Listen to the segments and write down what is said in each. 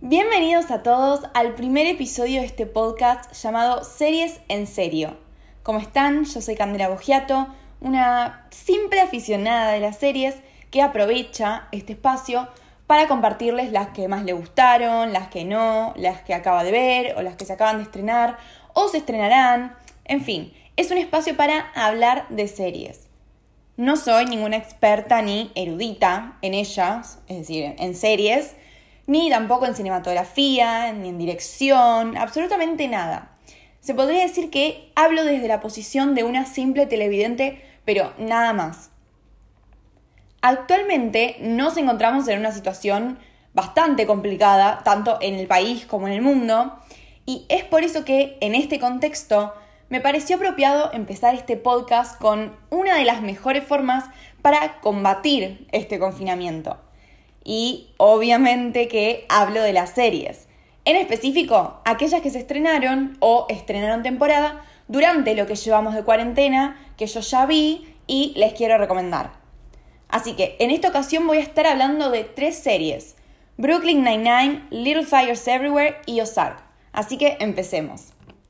Bienvenidos a todos al primer episodio de este podcast llamado Series en Serio. ¿Cómo están? Yo soy Candela Boggiato, una simple aficionada de las series que aprovecha este espacio para compartirles las que más le gustaron, las que no, las que acaba de ver o las que se acaban de estrenar o se estrenarán. En fin, es un espacio para hablar de series. No soy ninguna experta ni erudita en ellas, es decir, en series, ni tampoco en cinematografía, ni en dirección, absolutamente nada. Se podría decir que hablo desde la posición de una simple televidente, pero nada más. Actualmente nos encontramos en una situación bastante complicada, tanto en el país como en el mundo, y es por eso que en este contexto me pareció apropiado empezar este podcast con una de las mejores formas para combatir este confinamiento. Y obviamente que hablo de las series, en específico aquellas que se estrenaron o estrenaron temporada durante lo que llevamos de cuarentena, que yo ya vi y les quiero recomendar. Así que en esta ocasión voy a estar hablando de 3 series: Brooklyn Nine-Nine, Little Fires Everywhere y Ozark. Así que empecemos.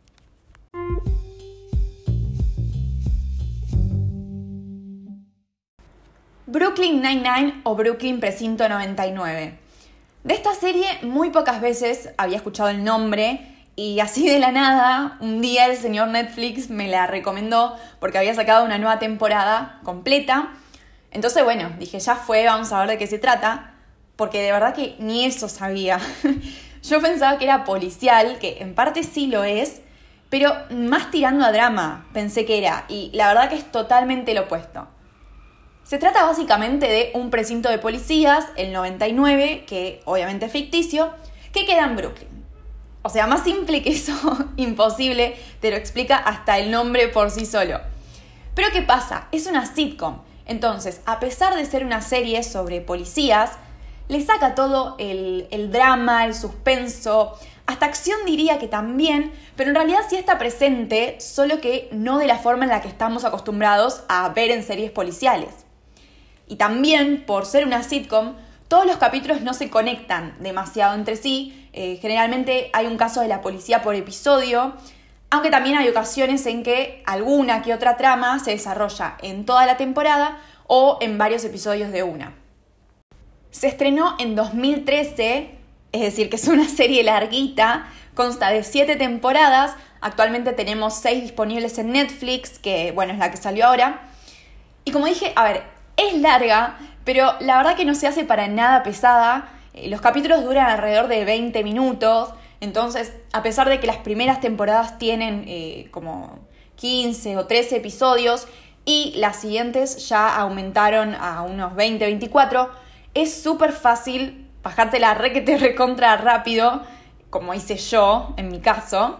Brooklyn Nine-Nine o Brooklyn Precinto 99. De esta serie muy pocas veces había escuchado el nombre y así de la nada, un día el señor Netflix me la recomendó porque había sacado una nueva temporada completa. Entonces bueno, dije ya fue, vamos a ver de qué se trata, porque de verdad que ni eso sabía. Yo pensaba que era policial, que en parte sí lo es, pero más tirando a drama pensé que era, y la verdad que es totalmente lo opuesto. Se trata básicamente de un precinto de policías, el 99, que obviamente es ficticio, que queda en Brooklyn. O sea, más simple que eso, imposible, te lo explica hasta el nombre por sí solo. Pero ¿qué pasa? Es una sitcom. Entonces, a pesar de ser una serie sobre policías, le saca todo el drama, el suspenso, hasta acción diría que también, pero en realidad sí está presente, solo que no de la forma en la que estamos acostumbrados a ver en series policiales. Y también, por ser una sitcom, todos los capítulos no se conectan demasiado entre sí. Generalmente hay un caso de la policía por episodio, aunque también hay ocasiones en que alguna que otra trama se desarrolla en toda la temporada o en varios episodios de una. Se estrenó en 2013, es decir, que es una serie larguita, consta de 7 temporadas. Actualmente tenemos 6 disponibles en Netflix, que bueno, es la que salió ahora. Y como dije, es larga, pero la verdad que no se hace para nada pesada. Los capítulos duran alrededor de 20 minutos. Entonces, a pesar de que las primeras temporadas tienen como 15 o 13 episodios y las siguientes ya aumentaron a unos 20, 24, es súper fácil bajártela requete recontra rápido, como hice yo en mi caso.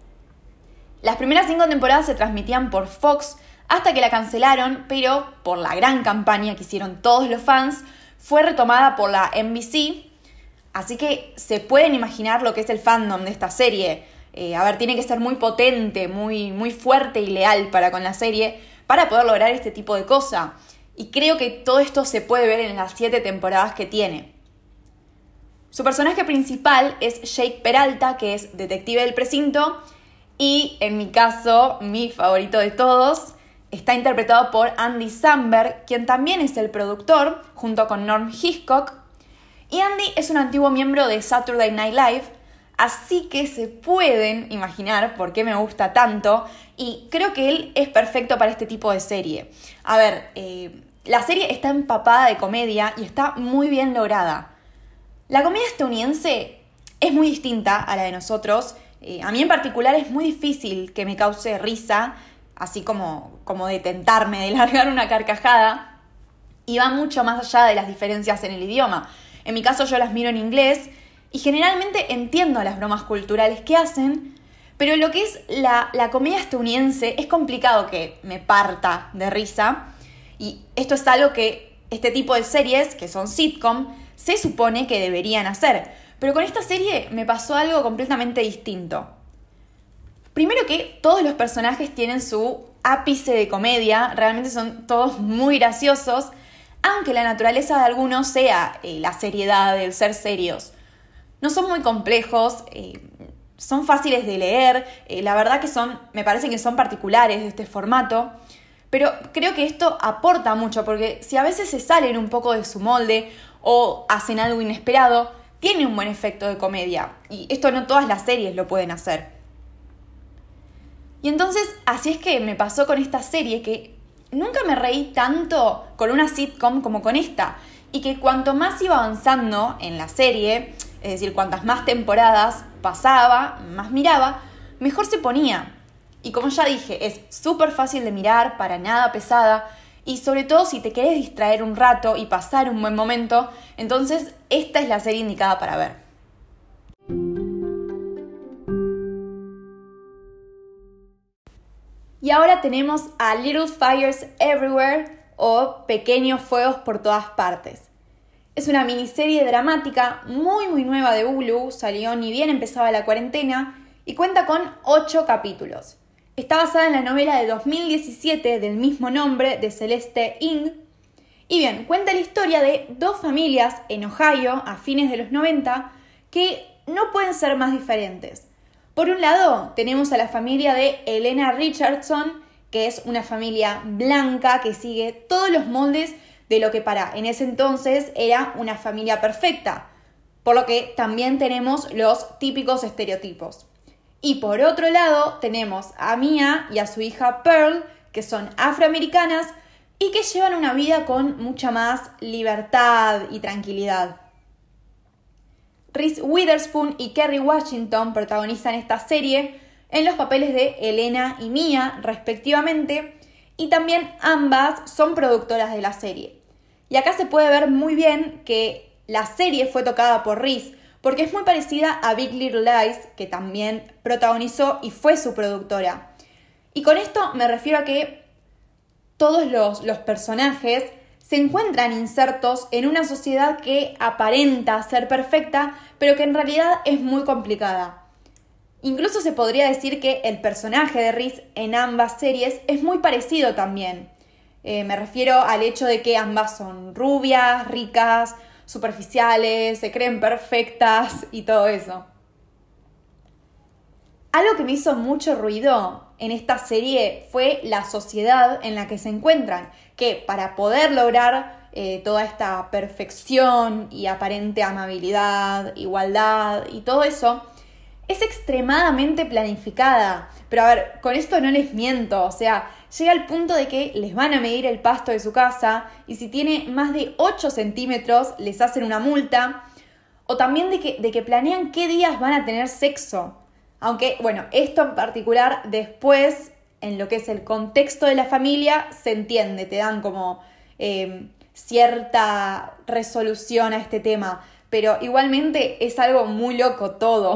Las primeras 5 temporadas se transmitían por Fox hasta que la cancelaron, pero por la gran campaña que hicieron todos los fans, fue retomada por la NBC. Así que se pueden imaginar lo que es el fandom de esta serie. Tiene que ser muy potente, muy fuerte y leal para con la serie para poder lograr este tipo de cosa. Y creo que todo esto se puede ver en las 7 temporadas que tiene. Su personaje principal es Jake Peralta, que es detective del precinto, y en mi caso, mi favorito de todos, está interpretado por Andy Samberg, quien también es el productor, junto con Norm Hitchcock. Y Andy es un antiguo miembro de Saturday Night Live, así que se pueden imaginar por qué me gusta tanto, y creo que él es perfecto para este tipo de serie. La serie está empapada de comedia y está muy bien lograda. La comedia estadounidense es muy distinta a la de nosotros. A mí en particular es muy difícil que me cause risa, así como de tentarme, de largar una carcajada, y va mucho más allá de las diferencias en el idioma. En mi caso yo las miro en inglés y generalmente entiendo las bromas culturales que hacen, pero lo que es la comedia estadounidense es complicado que me parta de risa, y esto es algo que este tipo de series, que son sitcom, se supone que deberían hacer. Pero con esta serie me pasó algo completamente distinto. Primero que todos los personajes tienen su ápice de comedia, realmente son todos muy graciosos, aunque la naturaleza de algunos sea la seriedad, el ser serios. No son muy complejos, son fáciles de leer, la verdad que me parece que son particulares de este formato, pero creo que esto aporta mucho porque si a veces se salen un poco de su molde o hacen algo inesperado, tiene un buen efecto de comedia y esto no todas las series lo pueden hacer. Y entonces así es que me pasó con esta serie que nunca me reí tanto con una sitcom como con esta y que cuanto más iba avanzando en la serie, es decir, cuantas más temporadas pasaba, más miraba, mejor se ponía. Y como ya dije, es súper fácil de mirar, para nada pesada, y sobre todo si te querés distraer un rato y pasar un buen momento, entonces esta es la serie indicada para ver. Y ahora tenemos a Little Fires Everywhere o Pequeños Fuegos por Todas Partes. Es una miniserie dramática muy nueva de Hulu, salió ni bien empezaba la cuarentena y cuenta con 8 capítulos. Está basada en la novela de 2017 del mismo nombre de Celeste Ng. Y bien, cuenta la historia de 2 familias en Ohio a fines de los 90 que no pueden ser más diferentes. Por un lado, tenemos a la familia de Elena Richardson, que es una familia blanca que sigue todos los moldes de lo que en ese entonces era una familia perfecta, por lo que también tenemos los típicos estereotipos. Y por otro lado tenemos a Mia y a su hija Pearl, que son afroamericanas y que llevan una vida con mucha más libertad y tranquilidad. Reese Witherspoon y Kerry Washington protagonizan esta serie en los papeles de Elena y Mia, respectivamente, y también ambas son productoras de la serie. Y acá se puede ver muy bien que la serie fue tocada por Reese, porque es muy parecida a Big Little Lies, que también protagonizó y fue su productora. Y con esto me refiero a que todos los personajes se encuentran insertos en una sociedad que aparenta ser perfecta, pero que en realidad es muy complicada. Incluso se podría decir que el personaje de Reese en ambas series es muy parecido también. Me refiero al hecho de que ambas son rubias, ricas, superficiales, se creen perfectas y todo eso. Algo que me hizo mucho ruido en esta serie fue la sociedad en la que se encuentran, que para poder lograr toda esta perfección y aparente amabilidad, igualdad y todo eso, es extremadamente planificada. Pero a ver, con esto no les miento, o sea, llega al punto de que les van a medir el pasto de su casa y si tiene más de 8 centímetros les hacen una multa, o también de que planean qué días van a tener sexo. Aunque, bueno, esto en particular después, en lo que es el contexto de la familia, se entiende, te dan como cierta resolución a este tema, pero igualmente es algo muy loco todo.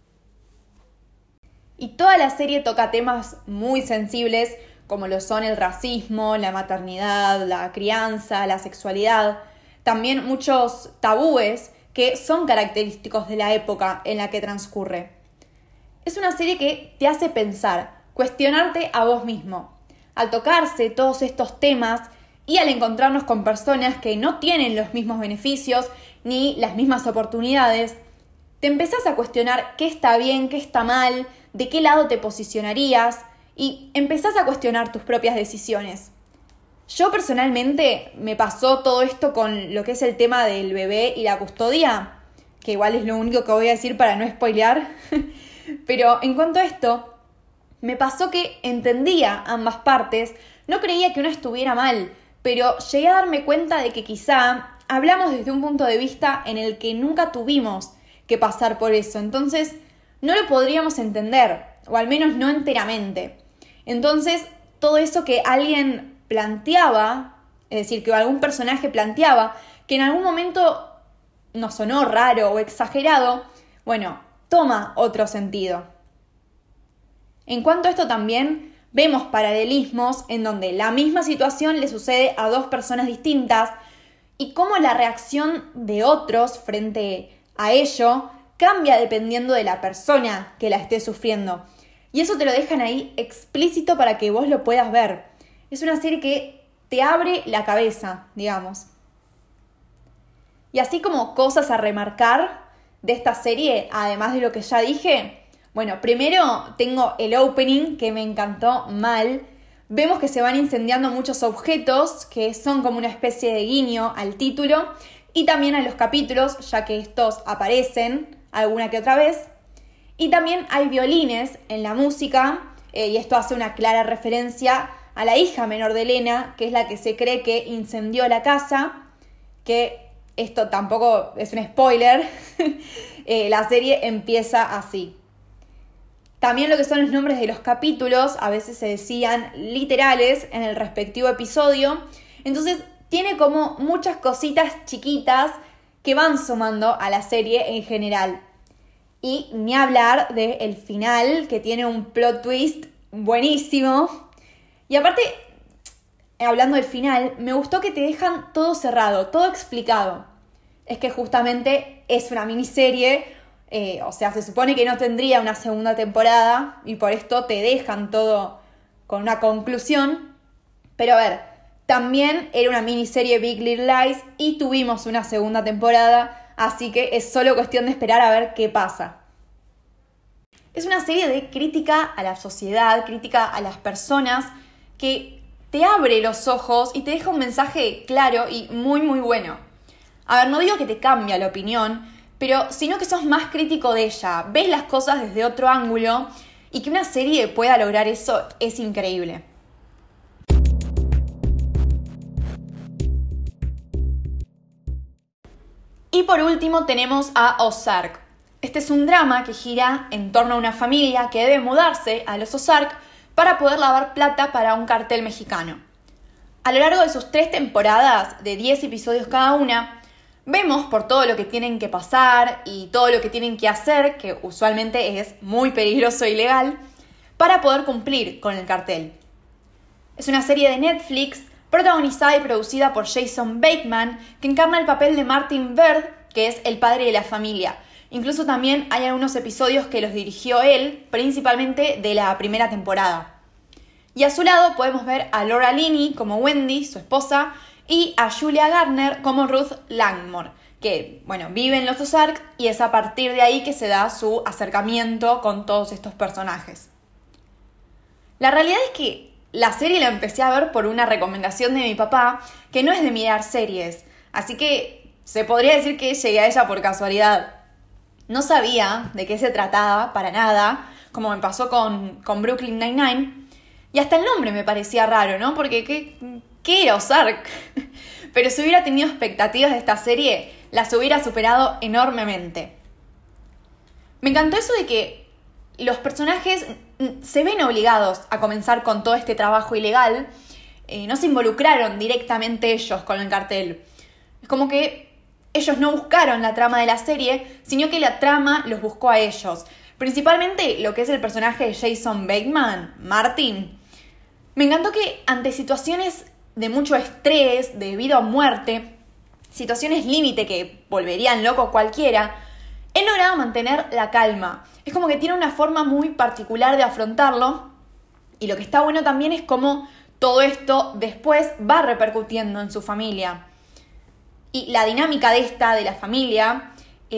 Y toda la serie toca temas muy sensibles, como lo son el racismo, la maternidad, la crianza, la sexualidad. También muchos tabúes que son característicos de la época en la que transcurre. Es una serie que te hace pensar, cuestionarte a vos mismo. Al tocarse todos estos temas y al encontrarnos con personas que no tienen los mismos beneficios ni las mismas oportunidades, te empezás a cuestionar qué está bien, qué está mal, de qué lado te posicionarías y empezás a cuestionar tus propias decisiones. Yo personalmente me pasó todo esto con lo que es el tema del bebé y la custodia, que igual es lo único que voy a decir para no spoilear, pero en cuanto a esto, me pasó que entendía ambas partes, no creía que una estuviera mal, pero llegué a darme cuenta de que quizá hablamos desde un punto de vista en el que nunca tuvimos que pasar por eso, entonces no lo podríamos entender, o al menos no enteramente. Entonces, todo eso que alguien planteaba, es decir, que algún personaje planteaba, que en algún momento nos sonó raro o exagerado, bueno, toma otro sentido. En cuanto a esto también, vemos paralelismos en donde la misma situación le sucede a 2 personas distintas y cómo la reacción de otros frente a ello cambia dependiendo de la persona que la esté sufriendo. Y eso te lo dejan ahí explícito para que vos lo puedas ver. Es una serie que te abre la cabeza, digamos. Y así como cosas a remarcar, de esta serie, además de lo que ya dije? Bueno, primero tengo el opening que me encantó mal. Vemos que se van incendiando muchos objetos que son como una especie de guiño al título y también a los capítulos, ya que estos aparecen alguna que otra vez. Y también hay violines en la música y esto hace una clara referencia a la hija menor de Elena, que es la que se cree que incendió la casa, que esto tampoco es un spoiler, la serie empieza así. También lo que son los nombres de los capítulos a veces se decían literales en el respectivo episodio, entonces tiene como muchas cositas chiquitas que van sumando a la serie en general. Y ni hablar del final, que tiene un plot twist buenísimo. Y aparte, hablando del final, me gustó que te dejan todo cerrado, todo explicado. Es que justamente es una miniserie, o sea, se supone que no tendría una segunda temporada y por esto te dejan todo con una conclusión. Pero a ver, también era una miniserie Big Little Lies y tuvimos una segunda temporada, así que es solo cuestión de esperar a ver qué pasa. Es una serie de crítica a la sociedad, crítica a las personas, que te abre los ojos y te deja un mensaje claro y muy muy bueno. A ver, no digo que te cambia la opinión, pero sino que sos más crítico de ella, ves las cosas desde otro ángulo y que una serie pueda lograr eso es increíble. Y por último tenemos a Ozark. Este es un drama que gira en torno a una familia que debe mudarse a los Ozark para poder lavar plata para un cartel mexicano. A lo largo de sus 3 temporadas, de 10 episodios cada una, vemos por todo lo que tienen que pasar y todo lo que tienen que hacer, que usualmente es muy peligroso e ilegal, para poder cumplir con el cartel. Es una serie de Netflix protagonizada y producida por Jason Bateman, que encarna el papel de Martin Bird, que es el padre de la familia. Incluso también hay algunos episodios que los dirigió él, principalmente de la primera temporada. Y a su lado podemos ver a Laura Linney como Wendy, su esposa, y a Julia Garner como Ruth Langmore, que, bueno, vive en los Ozark y es a partir de ahí que se da su acercamiento con todos estos personajes. La realidad es que la serie la empecé a ver por una recomendación de mi papá, que no es de mirar series, así que se podría decir que llegué a ella por casualidad. No sabía de qué se trataba para nada, como me pasó con Brooklyn Nine-Nine, y hasta el nombre me parecía raro, ¿no? Porque ¿qué era Ozark? Pero si hubiera tenido expectativas de esta serie, las hubiera superado enormemente. Me encantó eso de que los personajes se ven obligados a comenzar con todo este trabajo ilegal, no se involucraron directamente ellos con el cartel. Es como que ellos no buscaron la trama de la serie, sino que la trama los buscó a ellos. Principalmente lo que es el personaje de Jason Bateman, Martin. Me encantó que ante situaciones de mucho estrés, de vida o muerte, situaciones límite que volverían loco cualquiera, él lograba mantener la calma. Es como que tiene una forma muy particular de afrontarlo. Y lo que está bueno también es cómo todo esto después va repercutiendo en su familia. Y la dinámica de la familia,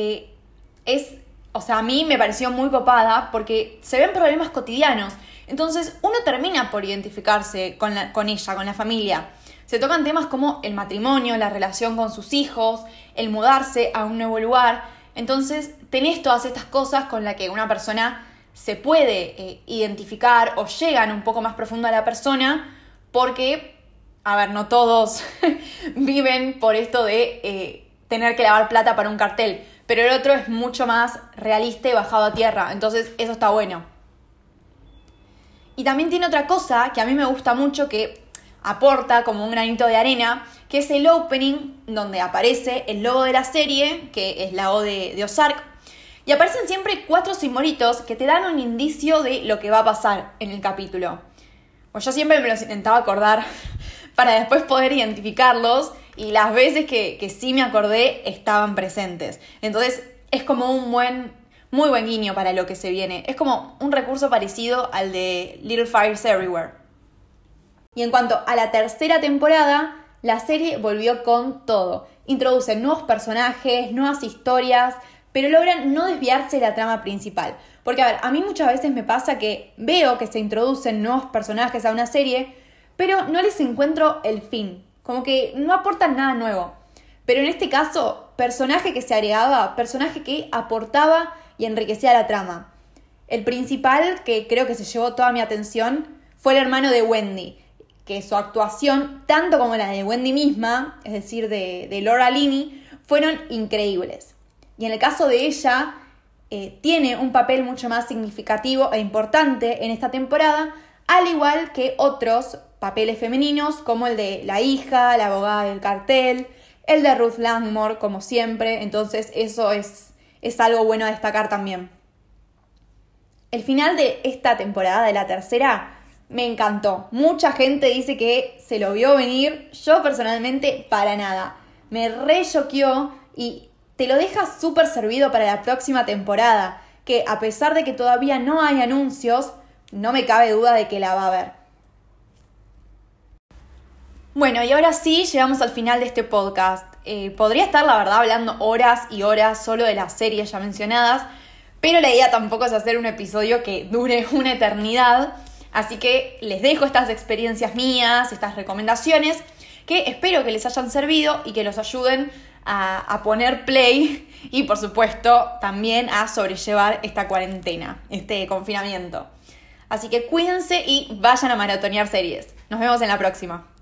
a mí me pareció muy copada porque se ven problemas cotidianos. Entonces uno termina por identificarse con ella, con la familia. Se tocan temas como el matrimonio, la relación con sus hijos, el mudarse a un nuevo lugar. Entonces tenés todas estas cosas con las que una persona se puede identificar o llegan un poco más profundo a la persona porque, a ver, no todos viven por esto de tener que lavar plata para un cartel, pero el otro es mucho más realista y bajado a tierra, entonces eso está bueno. Y también tiene otra cosa que a mí me gusta mucho que aporta como un granito de arena, que es el opening donde aparece el logo de la serie, que es la O de Ozark, y aparecen siempre 4 simbolitos que te dan un indicio de lo que va a pasar en el capítulo. Pues yo siempre me los intentaba acordar para después poder identificarlos, y las veces que sí me acordé estaban presentes. Entonces es como un muy buen guiño para lo que se viene. Es como un recurso parecido al de Little Fires Everywhere. Y en cuanto a la tercera temporada, la serie volvió con todo. Introducen nuevos personajes, nuevas historias, pero logran no desviarse de la trama principal. Porque, a ver, a mí muchas veces me pasa que veo que se introducen nuevos personajes a una serie, pero no les encuentro el fin. Como que no aportan nada nuevo. Pero en este caso, personaje que se agregaba, personaje que aportaba y enriquecía la trama. El principal, que creo que se llevó toda mi atención, fue el hermano de Wendy, que su actuación, tanto como la de Wendy misma, es decir, de Laura Linney, fueron increíbles. Y en el caso de ella, tiene un papel mucho más significativo e importante en esta temporada, al igual que otros papeles femeninos, como el de la hija, la abogada del cartel, el de Ruth Langmore, como siempre. Entonces eso es algo bueno a destacar también. El final de esta temporada, de la tercera, me encantó. Mucha gente dice que se lo vio venir. Yo personalmente, para nada. Me re choqueó y te lo deja súper servido para la próxima temporada, que a pesar de que todavía no hay anuncios, no me cabe duda de que la va a ver. Bueno, y ahora sí, llegamos al final de este podcast. Podría estar, la verdad, hablando horas y horas solo de las series ya mencionadas, pero la idea tampoco es hacer un episodio que dure una eternidad, así que les dejo estas experiencias mías, estas recomendaciones, que espero que les hayan servido y que los ayuden a poner play y, por supuesto, también a sobrellevar esta cuarentena, este confinamiento. Así que cuídense y vayan a maratonear series. Nos vemos en la próxima.